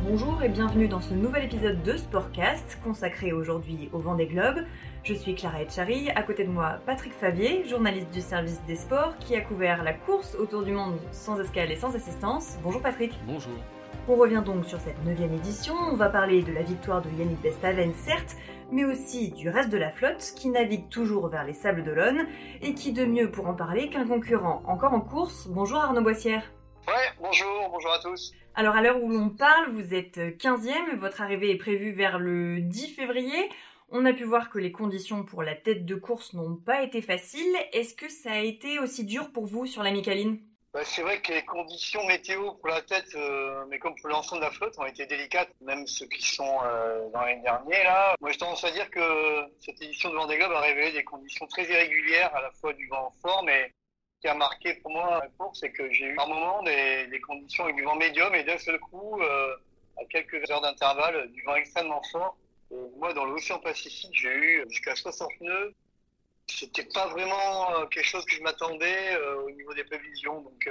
Bonjour et bienvenue dans ce nouvel épisode de Sportcast consacré aujourd'hui au Vendée Globe. Je suis Clara Etchari, à côté de moi Patrick Favier, journaliste du service des sports qui a couvert la course autour du monde sans escale et sans assistance. Bonjour Patrick. Bonjour. On revient donc sur cette 9e édition, on va parler de la victoire de Yannick Bestaven certes, mais aussi du reste de la flotte qui navigue toujours vers les Sables d'Olonne et qui de mieux pour en parler qu'un concurrent encore en course. Bonjour Arnaud Boissière. Ouais, bonjour à tous. Alors à l'heure où l'on parle, vous êtes 15e, votre arrivée est prévue vers le 10 février. On a pu voir que les conditions pour la tête de course n'ont pas été faciles. Est-ce que ça a été aussi dur pour vous sur la Micaline ? C'est vrai que les conditions météo pour la tête, mais comme pour l'ensemble de la flotte, ont été délicates, même ceux qui sont dans l'année dernière. Là. Moi, j'ai tendance à dire que cette édition de Vendée Globe a révélé des conditions très irrégulières, à la fois du vent fort, mais ce qui a marqué pour moi la course, c'est que j'ai eu par moments des conditions avec du vent médium et d'un seul coup, à quelques heures d'intervalle, du vent extrêmement fort. Et moi, dans l'océan Pacifique, j'ai eu jusqu'à 60 nœuds. C'était pas vraiment quelque chose que je m'attendais au niveau des prévisions. Donc,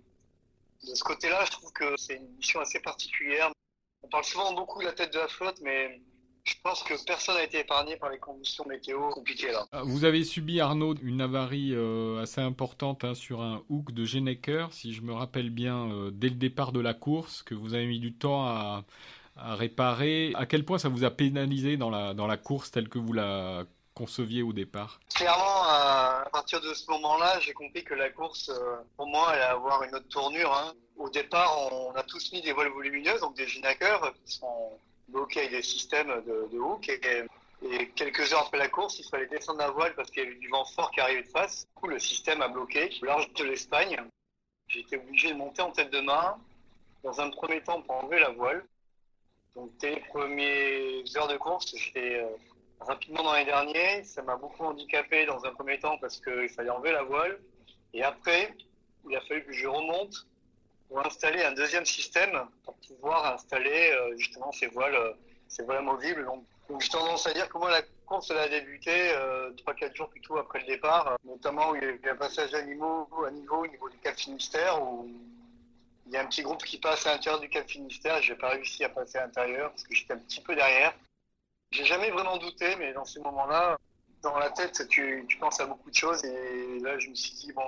de ce côté-là, je trouve que c'est une mission assez particulière. On parle souvent beaucoup de la tête de la flotte, mais je pense que personne n'a été épargné par les conditions météo compliquées là. Vous avez subi, Arnaud, une avarie assez importante sur un hook de Genneker, si je me rappelle bien, dès le départ de la course, que vous avez mis du temps à réparer. À quel point ça vous a pénalisé dans la course telle que vous la conceviez au départ ? Clairement, à partir de ce moment-là, j'ai compris que la course, pour moi, elle allait avoir une autre tournure. Au départ, on a tous mis des voiles volumineuses, donc des Genneker, qui sont bloqués avec des systèmes de hook. Et quelques heures après la course, il fallait descendre la voile parce qu'il y avait du vent fort qui arrivait de face. Du coup, le système a bloqué au large de l'Espagne. J'ai été obligé de monter en tête de mât, dans un premier temps pour enlever la voile. Donc, dès les premières heures de course, j'étais rapidement dans les derniers. Ça m'a beaucoup handicapé dans un premier temps parce qu'il fallait enlever la voile. Et après, il a fallu que je remonte pour installer un deuxième système pour pouvoir installer justement ces voiles amovibles. Donc j'ai tendance à dire que moi la course elle a débuté 3-4 jours plus tôt après le départ, notamment où il y a eu un passage à niveau au niveau du Cap Finistère où il y a un petit groupe qui passe à l'intérieur du Cap Finistère. J'ai pas réussi à passer à l'intérieur parce que j'étais un petit peu derrière. J'ai jamais vraiment douté, mais dans ces moments-là, dans la tête, tu penses à beaucoup de choses et là je me suis dit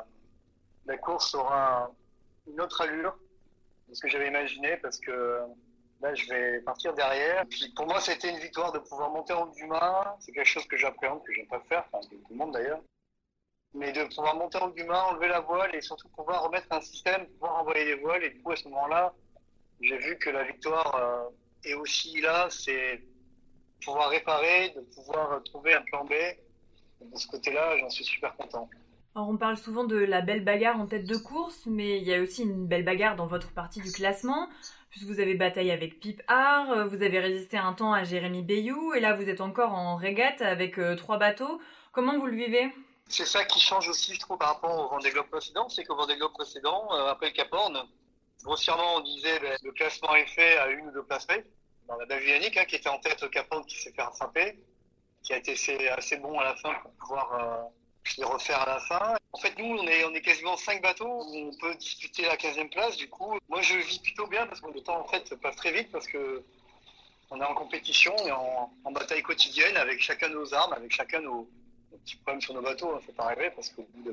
la course aura une autre allure de ce que j'avais imaginé parce que là je vais partir derrière. Puis pour moi c'était une victoire de pouvoir monter en haut du mât. C'est quelque chose que j'appréhende, que j'aime pas faire, enfin tout le monde d'ailleurs. Mais de pouvoir monter en haut du mât, enlever la voile et surtout pouvoir remettre un système, pouvoir envoyer les voiles. Et du coup à ce moment-là, j'ai vu que la victoire est aussi là, c'est pouvoir réparer, de pouvoir trouver un plan B. Et de ce côté-là, j'en suis super content. Alors on parle souvent de la belle bagarre en tête de course, mais il y a aussi une belle bagarre dans votre partie du classement, puisque vous avez bataillé avec Pip Haar, vous avez résisté un temps à Jérémy Bayou, et là vous êtes encore en régate avec 3 bateaux. Comment vous le vivez ? C'est ça qui change aussi, je trouve, par rapport au Vendée Globe précédent, c'est qu'au Vendée Globe précédent, après le Cap Horn, grossièrement on disait le classement est fait à 1 ou 2 places près. On a bien vu Yannick qui était en tête au Cap Horn, qui s'est fait rattraper, qui a été assez bon à la fin pour pouvoir les refaire à la fin. En fait, nous, on est quasiment 5 bateaux où on peut disputer la 15e place. Du coup, moi, je vis plutôt bien parce que le temps, en fait, passe très vite parce que on est en compétition, on est en bataille quotidienne avec chacun nos armes, avec chacun nos petits problèmes sur nos bateaux. Il ne faut pas rêver parce qu'au bout de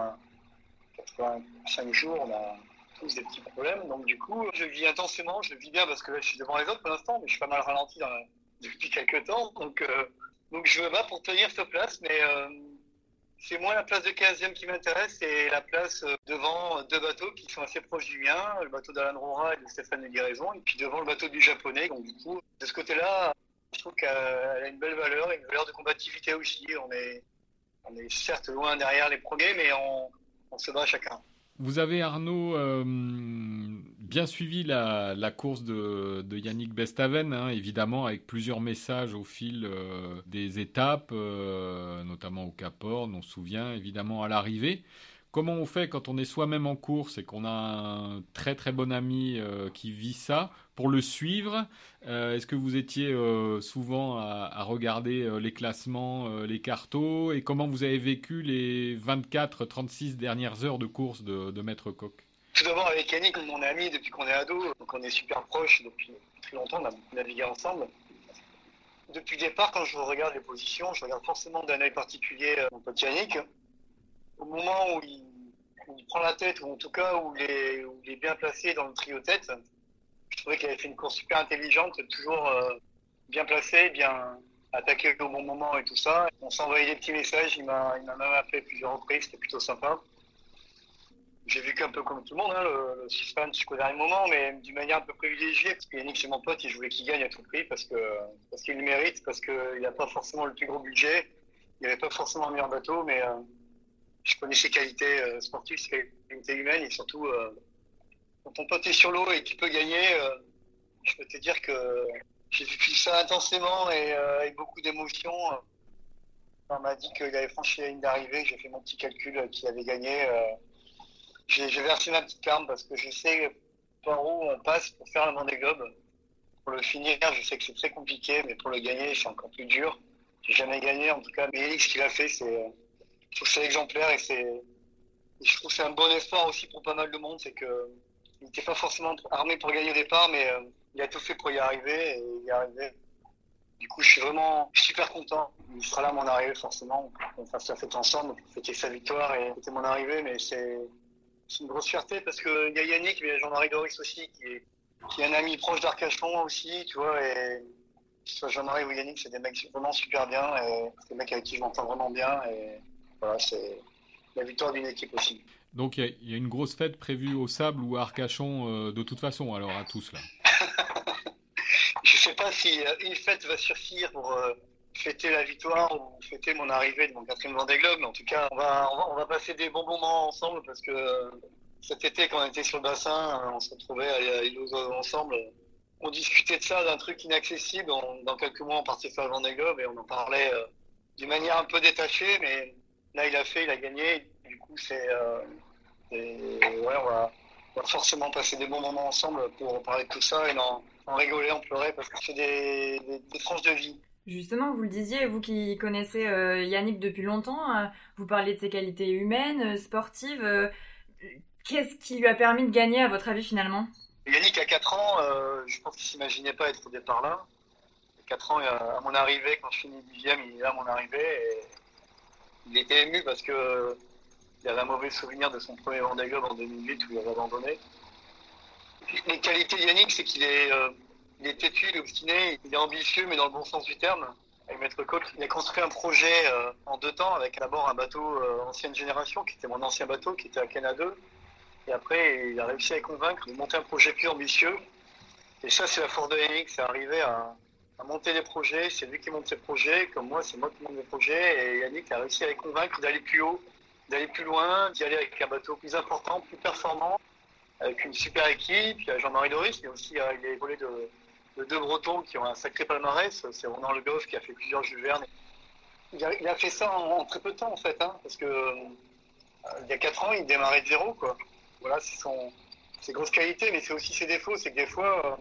85 jours, on a tous des petits problèmes. Donc, du coup, je vis intensément, je vis bien parce que là, je suis devant les autres pour l'instant, mais je suis pas mal ralenti depuis quelques temps. Donc, je me bats pour tenir cette place, mais c'est moins la place de 15e qui m'intéresse, c'est la place devant 2 bateaux qui sont assez proches du mien, le bateau d'Alan Rora et de Stéphane de Guéraison, et puis devant le bateau du Japonais. Donc du coup, de ce côté-là, je trouve qu'elle a une belle valeur de combativité aussi. On est certes loin derrière les premiers, mais on se bat chacun. Vous avez, Arnaud, bien suivi la course de Yannick Bestaven, évidemment, avec plusieurs messages au fil des étapes, notamment au Cap Horn, on se souvient, évidemment, à l'arrivée. Comment on fait quand on est soi-même en course et qu'on a un très très bon ami qui vit ça pour le suivre? Est-ce que vous étiez souvent à regarder les classements, les cartos, et comment vous avez vécu les 24-36 dernières heures de course de Maître Coq? Tout d'abord avec Yannick, on est amis depuis qu'on est ado, donc on est super proches depuis très longtemps, on a beaucoup navigué ensemble. Depuis le départ, quand je regarde les positions, je regarde forcément d'un œil particulier mon pote Yannick. Au moment où il prend la tête, ou en tout cas où il est bien placé dans le trio tête, je trouvais qu'il avait fait une course super intelligente, toujours bien placé, bien attaqué au bon moment et tout ça. On s'envoyait des petits messages, il m'a même appelé plusieurs reprises, c'était plutôt sympa. J'ai vécu un peu comme tout le monde, hein, le suspense jusqu'au dernier moment, mais d'une manière un peu privilégiée, parce que Yannick, c'est mon pote, et je voulais qu'il gagne à tout prix, parce qu'il le mérite, parce qu'il n'a pas forcément le plus gros budget, il n'avait pas forcément le meilleur bateau, mais je connais ses qualités sportives, ses qualités humaines, et surtout, quand ton pote est sur l'eau et qu'il peut gagner, je peux te dire que j'ai vécu ça intensément et avec beaucoup d'émotion. On m'a dit qu'il avait franchi la ligne d'arrivée, j'ai fait mon petit calcul qu'il avait gagné. J'ai versé ma petite larme parce que je sais par où on passe pour faire le Vendée Globe. Pour le finir, je sais que c'est très compliqué, mais pour le gagner, c'est encore plus dur. J'ai jamais gagné, en tout cas. Mais Yannick, ce qu'il a fait, je trouve que c'est exemplaire et je trouve que c'est un bon espoir aussi pour pas mal de monde. C'est que il n'était pas forcément armé pour gagner au départ, mais il a tout fait pour y arriver et il y est arrivé. Du coup, je suis vraiment super content. Il sera là à mon arrivée, forcément. On fasse la fête ensemble. C'était sa victoire et c'était mon arrivée, mais c'est une grosse fierté parce qu'il y a Yannick, mais il y a Jean-Marie Doris aussi, qui est un ami proche d'Arcachon aussi, tu vois. Et que ce soit Jean-Marie ou Yannick, c'est des mecs vraiment super bien. Et c'est des mecs avec qui je m'entends vraiment bien. Et voilà, c'est la victoire d'une équipe aussi. Donc il y a une grosse fête prévue au Sable ou à Arcachon de toute façon, alors à tous là. Je sais pas si une fête va suffire pour fêter la victoire ou fêter mon arrivée de mon 4e Vendée Globe, mais en tout cas, on va passer des bons moments ensemble parce que cet été, quand on était sur le bassin, on se retrouvait à l'île aux Oiseaux ensemble. On discutait de ça, d'un truc inaccessible. Dans quelques mois, on partait faire le Vendée Globe et on en parlait d'une manière un peu détachée, mais là, il a gagné. Du coup, ouais, on va forcément passer des bons moments ensemble pour parler de tout ça et en rigoler, en pleurer parce que c'est des tranches de vie. Justement, vous le disiez, vous qui connaissez Yannick depuis longtemps, vous parliez de ses qualités humaines, sportives. Qu'est-ce qui lui a permis de gagner, à votre avis, finalement? Yannick, à 4 ans, je pense qu'il s'imaginait pas être au départ là. À 4 ans, à mon arrivée, quand je finis 10e, il est là à mon arrivée et il était ému parce que il avait un mauvais souvenir de son premier Vendée Globe en 2008 où il avait abandonné. Les qualités de Yannick, c'est il est têtu, il est obstiné, il est ambitieux, mais dans le bon sens du terme. Avec Maître Coq, il a construit un projet en 2 temps, avec d'abord un bateau ancienne génération, qui était mon ancien bateau, qui était à Kena 2. Et après, il a réussi à convaincre de monter un projet plus ambitieux. Et ça, c'est la force de Yannick, c'est arriver à monter des projets. C'est lui qui monte ses projets, comme moi, c'est moi qui monte mes projets. Et Yannick a réussi à les convaincre d'aller plus haut, d'aller plus loin, d'y aller avec un bateau plus important, plus performant, avec une super équipe. Il y a Jean-Marie Doris, mais aussi il a évolué de 2 Bretons qui ont un sacré palmarès. C'est Ronan Le Goff qui a fait plusieurs Jules Verne. Il a fait ça en très peu de temps, en fait, hein, parce que il y a 4 ans, il démarrait de zéro, quoi. Voilà, c'est ses grosses qualités, mais c'est aussi ses défauts. C'est que des fois,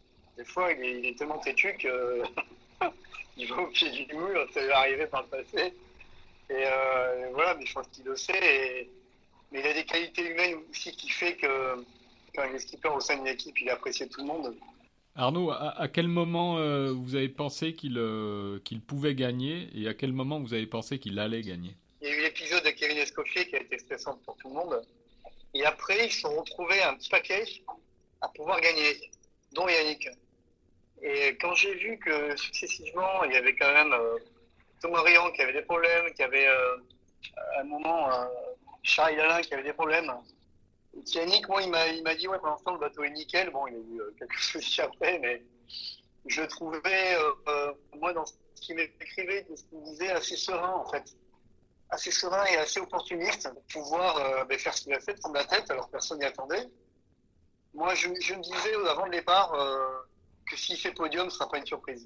il est tellement têtu que il va au pied du mur. Ça lui est arrivé par le passé. Et voilà, mais je pense qu'il le sait. Mais il a des qualités humaines aussi qui fait que quand il est skipper au sein d'une équipe, il apprécie tout le monde. Arnaud, à quel moment vous avez pensé qu'il pouvait gagner et à quel moment vous avez pensé qu'il allait gagner? Il y a eu l'épisode de Kevin Escoffier qui a été stressant pour tout le monde. Et après, ils se sont retrouvés un petit paquet à pouvoir gagner, dont Yannick. Et quand j'ai vu que successivement, il y avait quand même Thomas Riant qui avait des problèmes, qu'il y avait à un moment Charles Alain qui avait des problèmes. Et Yannick, moi, il m'a dit, ouais, pour l'instant, le bateau est nickel. Bon, il y a eu quelques soucis après, mais je trouvais, moi, dans ce qu'il m'écrivait, de ce qu'il me disait, assez serein, en fait. Assez serein et assez opportuniste pour pouvoir faire ce qu'il a fait, prendre la tête, alors personne n'y attendait. Moi, je me disais avant le départ que s'il fait podium, ce ne sera pas une surprise.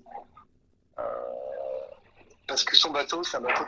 Parce que son bateau, c'est un bateau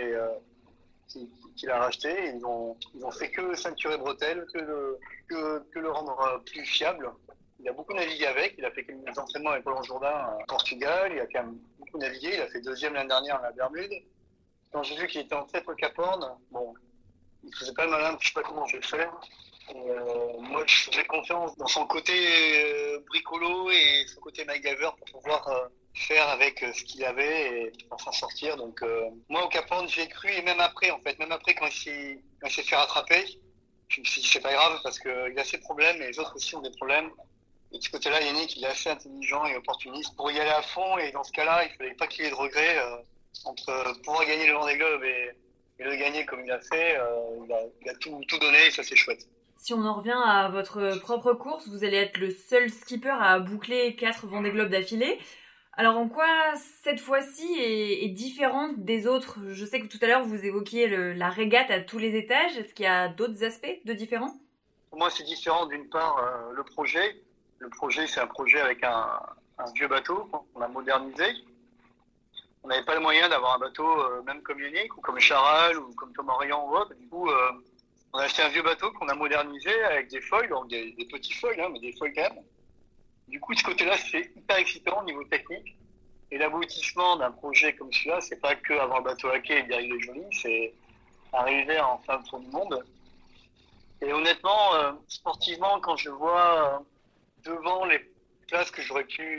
qu'il a racheté. Ils ont fait que ceinturer bretelles, que le rendre plus fiable. Il a beaucoup navigué avec. Il a fait quelques entraînements avec Roland Jourdain au Portugal. Il a quand même beaucoup navigué. Il a fait 2e l'année dernière à la Bermude. Quand j'ai vu qu'il était en tête au Cap Horn, bon, il faisait pas le malin, je sais pas comment je vais faire. Moi, je faisais confiance dans son côté bricolo et son côté MacGyver pour pouvoir faire avec ce qu'il avait et pour s'en sortir. Donc, moi, au Cap Horn, j'ai cru, et même après, en fait, même après, quand il s'est fait rattraper, je me suis dit, c'est pas grave parce qu'il a ses problèmes et les autres aussi ont des problèmes. Et de ce côté-là, Yannick, il est assez intelligent et opportuniste pour y aller à fond. Et dans ce cas-là, il fallait pas qu'il ait de regrets entre pouvoir gagner le Vendée Globe et le gagner comme il a fait. Il a tout donné et ça, c'est chouette. Si on en revient à votre propre course, vous allez être le seul skipper à boucler 4 Vendée Globe d'affilée. Alors en quoi cette fois-ci est différente des autres? Je sais que tout à l'heure vous évoquiez la régate à tous les étages. Est-ce qu'il y a d'autres aspects de différents? Pour moi, c'est différent d'une part le projet. Le projet, c'est un projet avec un vieux bateau qu'on a modernisé. On n'avait pas le moyen d'avoir un bateau même comme Yannick ou comme Charal ou comme Thomas Riant ou autre. Du coup, on a acheté un vieux bateau qu'on a modernisé avec des foils, donc des petits foils, hein, mais des foils quand même. Du coup, de ce côté-là, c'est hyper excitant au niveau technique. Et l'aboutissement d'un projet comme celui-là, c'est pas que avoir le bateau à quai et dire il est joli, c'est arriver en fin de tour du monde. Et honnêtement, sportivement, quand je vois devant les places que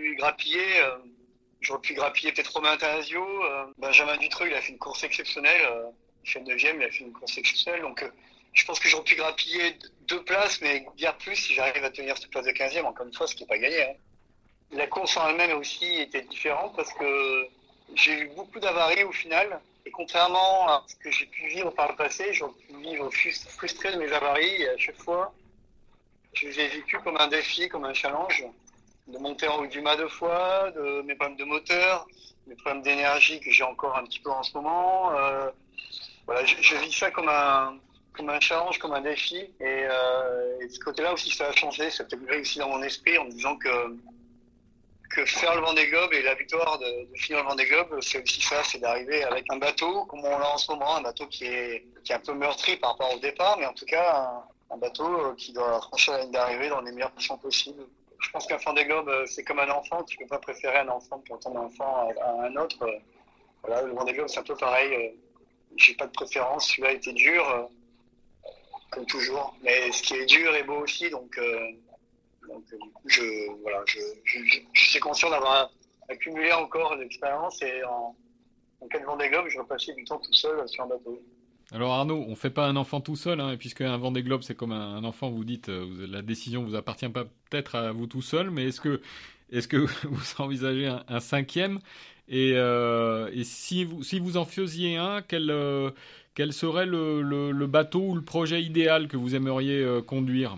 j'aurais pu grappiller peut-être Romain Tanasio, Benjamin Dutreux, il a fait une course exceptionnelle, il fait 9e, il a fait une course exceptionnelle, donc je pense que j'aurais pu grappiller 2 places, mais bien plus si j'arrive à tenir cette place de 15e, encore une fois, ce qui n'est pas gagné. Hein. La course en elle-même aussi était différente parce que j'ai eu beaucoup d'avaries au final. Et contrairement à ce que j'ai pu vivre par le passé, j'ai pu vivre frustré de mes avaries. Et à chaque fois, je les ai vécues comme un défi, comme un challenge. De monter en haut du mât 2 fois, de mes problèmes de moteur, mes problèmes d'énergie que j'ai encore un petit peu en ce moment. Voilà, je vis ça comme un challenge, comme un défi. Et de ce côté-là aussi, ça a changé. Ça a peut-être aussi dans mon esprit en me disant que faire le Vendée Globe et la victoire de finir le Vendée Globe, c'est aussi ça, c'est d'arriver avec un bateau comme on l'a en ce moment, un bateau qui est un peu meurtri par rapport au départ, mais en tout cas un bateau qui doit franchir la ligne d'arrivée dans les meilleures conditions possibles. Je pense qu'un Vendée Globe, c'est comme un enfant, tu peux pas préférer un enfant pour ton enfant à un autre. Voilà, le Vendée Globe, c'est un peu pareil. J'ai pas de préférence, celui-là était dur, comme toujours, mais ce qui est dur est beau aussi, donc du coup, je suis conscient d'avoir accumulé encore l'expérience et en cas de Vendée Globe, je vais passer du temps tout seul sur un bateau. Alors Arnaud, on fait pas un enfant tout seul, hein, puisque un Vendée Globe c'est comme un enfant. Vous dites, la décision vous appartient pas peut-être à vous tout seul, mais est-ce que vous envisagez un cinquième et si vous en faisiez un, quel serait le bateau ou le projet idéal que vous aimeriez conduire?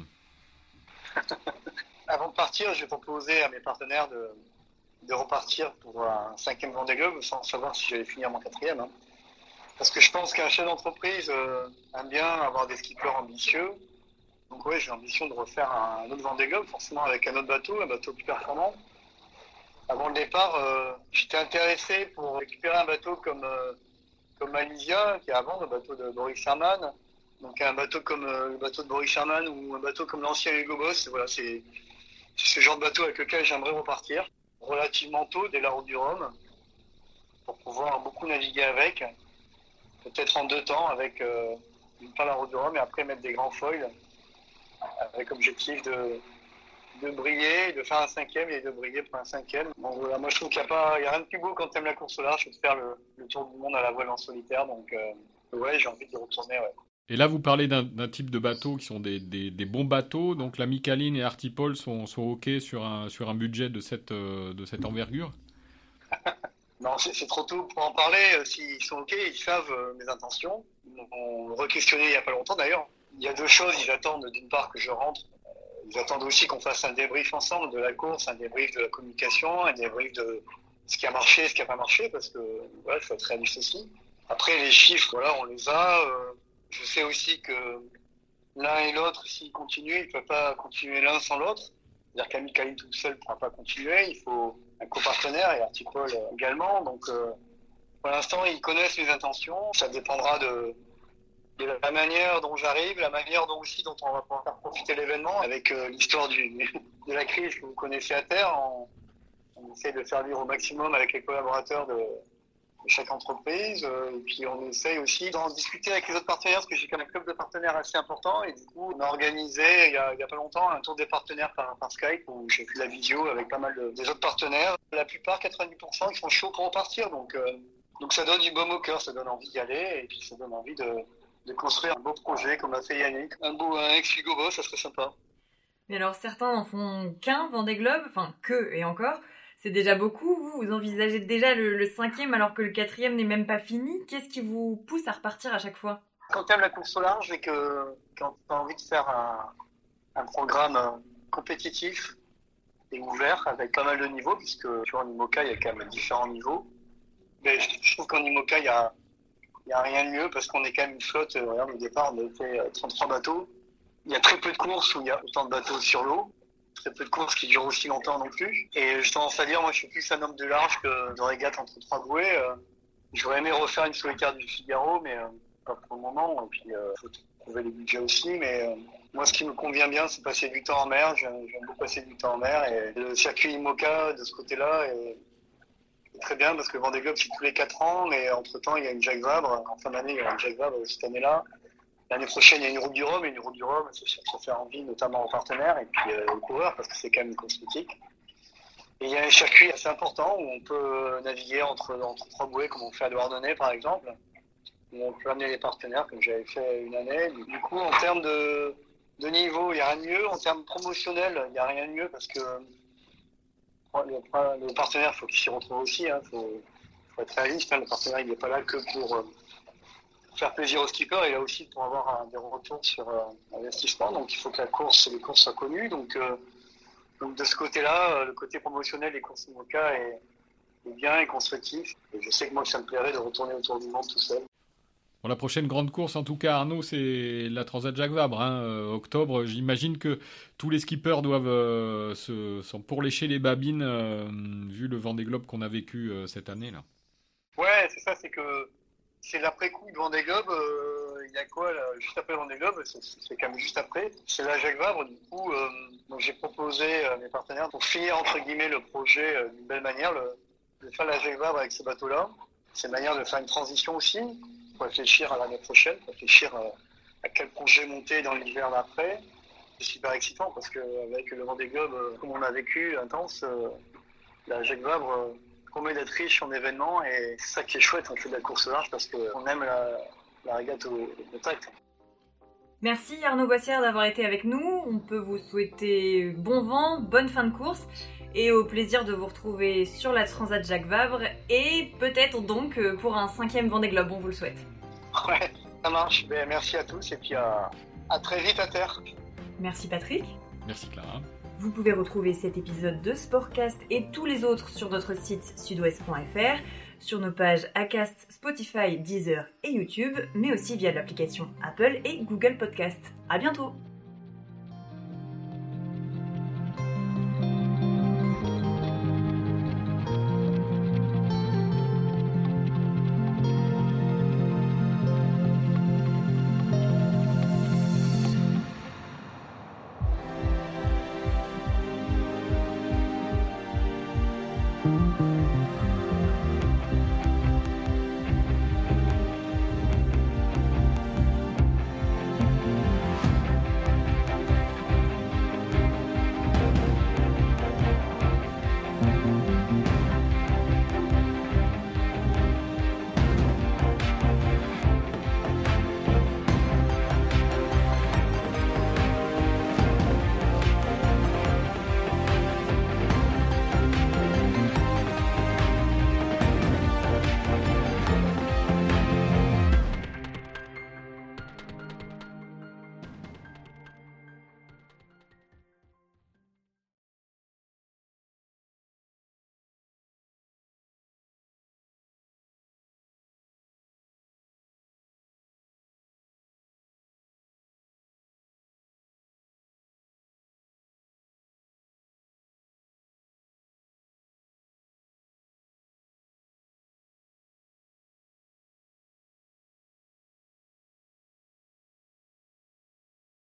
Avant de partir, je vais proposer à mes partenaires de repartir pour un 5e Vendée Globe sans savoir si j'allais finir mon 4e. Hein. Parce que je pense qu'un chef d'entreprise aime bien avoir des skippers ambitieux. Donc ouais, j'ai l'ambition de refaire un autre Vendée Globe, forcément avec un autre bateau, un bateau plus performant. Avant le départ, j'étais intéressé pour récupérer un bateau comme Malaysia, qui est avant le bateau de Boris Sherman. Donc un bateau comme le bateau de Boris Sherman ou un bateau comme l'ancien Hugo Boss. Voilà, c'est ce genre de bateau avec lequel j'aimerais repartir relativement tôt, dès la route du Rhum, pour pouvoir beaucoup naviguer avec, peut-être en 2 temps, avec d'une part la route du Rhum et après mettre des grands foils, avec objectif de briller, de faire un 5e et de briller pour un 5e. Donc voilà, moi je trouve qu'il n'y a rien de plus beau quand tu aimes la course au large que de faire le tour du monde à la voile en solitaire. Donc ouais, j'ai envie d'y retourner. Ouais. Et là, vous parlez d'un type de bateau qui sont des bons bateaux. Donc la Micaline et Artipol sont OK sur un budget de cette envergure? Non, c'est trop tôt pour en parler. S'ils sont OK, ils savent mes intentions. Ils m'ont re-questionné il n'y a pas longtemps d'ailleurs. Il y a 2 choses. Ils attendent d'une part que je rentre. Ils attendent aussi qu'on fasse un débrief ensemble de la course, un débrief de la communication, un débrief de ce qui a marché, ce qui n'a pas marché, parce que voilà, il faut être réaliste aussi. Après, les chiffres, voilà, on les a. Je sais aussi que l'un et l'autre, s'ils continuent, ils ne peuvent pas continuer l'un sans l'autre. C'est-à-dire qu'Ami Kaline tout seul ne pourra pas continuer. Il faut un copartenaire et Artipol également. Donc, pour l'instant, ils connaissent mes intentions. Ça dépendra de la manière dont j'arrive, la manière dont on va pouvoir faire profiter l'événement. Avec l'histoire de la crise que vous connaissez à terre, on essaie de faire vivre au maximum avec les collaborateurs chaque entreprise. Et puis on essaye aussi d'en discuter avec les autres partenaires, parce que j'ai quand même un club de partenaires assez important. Et du coup, on a organisé il y a pas longtemps un tour des partenaires par Skype, où j'ai fait de la visio avec pas mal des autres partenaires. La plupart, 90%, ils sont chauds pour repartir. Donc ça donne du baume au cœur, ça donne envie d'y aller. Et puis ça donne envie de construire un beau projet comme a fait Yannick. Un ex-Hugo Boss, ça serait sympa. Mais alors certains n'en font qu'un Vendée Globe, enfin que et encore. C'est déjà beaucoup, vous envisagez déjà le 5e alors que le 4e n'est même pas fini. Qu'est-ce qui vous pousse à repartir à chaque fois? Quand tu aimes la course au large et que quand tu as envie de faire un programme compétitif et ouvert avec pas mal de niveaux, puisque tu vois, en IMOCA, il y a quand même différents niveaux. Mais je trouve qu'en IMOCA, il y a rien de mieux parce qu'on est quand même une flotte. Regarde, au départ, on a fait 33 bateaux. Il y a très peu de courses où il y a autant de bateaux sur l'eau. Très peu de courses qui durent aussi longtemps non plus. Et j'ai tendance à dire, moi, je suis plus un homme de large que de régate entre 3 bouées. J'aurais aimé refaire une solitaire du Figaro, mais pas pour le moment. Et puis, faut trouver les budgets aussi. Mais moi, ce qui me convient bien, c'est passer du temps en mer. J'aime beaucoup passer du temps en mer. Et le circuit IMOCA, de ce côté-là, est très bien parce que le Vendée Globe, c'est tous les 4 ans. Mais entre-temps, il y a une Jacques Vabre. En fin d'année, il y a une Jacques Vabre cette année-là. L'année prochaine, il y a une route du Rhum, et une route du Rhum, ça fait envie, notamment aux partenaires et puis aux coureurs, parce que c'est quand même une course mythique. Et il y a un circuit assez important où on peut naviguer entre 3 bouées, comme on fait à Douarnenez, par exemple, où on peut amener les partenaires, comme j'avais fait une année. Du coup, en termes de niveau, il n'y a rien de mieux. En termes promotionnels, il n'y a rien de mieux, parce que le partenaire, il faut qu'il s'y retrouve aussi. Il faut être réaliste. Le partenaire, il n'est pas là que pour faire plaisir aux skippers, et là aussi pour avoir des retours sur investissement. Donc il faut que les courses soient connues. Donc de ce côté-là, le côté promotionnel des courses IMOCA est bien et constructif. Et je sais que moi, ça me plairait de retourner autour du monde tout seul. Bon, la prochaine grande course, en tout cas, Arnaud, c'est la Transat Jacques Vabre. Octobre, j'imagine que tous les skippers doivent s'en pourlécher les babines, vu le Vendée Globe qu'on a vécu cette année là. Ouais, c'est ça, c'est que c'est l'après-coup du Vendée Globe. Il y a quoi là, juste après le Vendée Globe, c'est quand même juste après. C'est la Jacques Vabre. Du coup, donc j'ai proposé à mes partenaires pour finir entre guillemets le projet d'une belle manière, de faire la Jacques Vabre avec ce bateau-là. C'est une manière de faire une transition aussi, pour réfléchir à l'année prochaine, pour réfléchir à quel projet monter dans l'hiver d'après. C'est super excitant parce qu'avec le Vendée Globe, comme on a vécu intense, la Jacques Vabre promet d'être riche en événements, et c'est ça qui est chouette, on fait de la course au large parce qu'on aime la régate au contact. Merci Arnaud Boissière d'avoir été avec nous. On peut vous souhaiter bon vent, bonne fin de course et au plaisir de vous retrouver sur la Transat Jacques Vabre et peut-être donc pour un 5e Vendée Globe, on vous le souhaite. Ouais, ça marche. Ben, merci à tous et puis à très vite à terre. Merci Patrick. Merci Clara. Vous pouvez retrouver cet épisode de Sportcast et tous les autres sur notre site sudouest.fr, sur nos pages Acast, Spotify, Deezer et YouTube, mais aussi via l'application Apple et Google Podcast. À bientôt!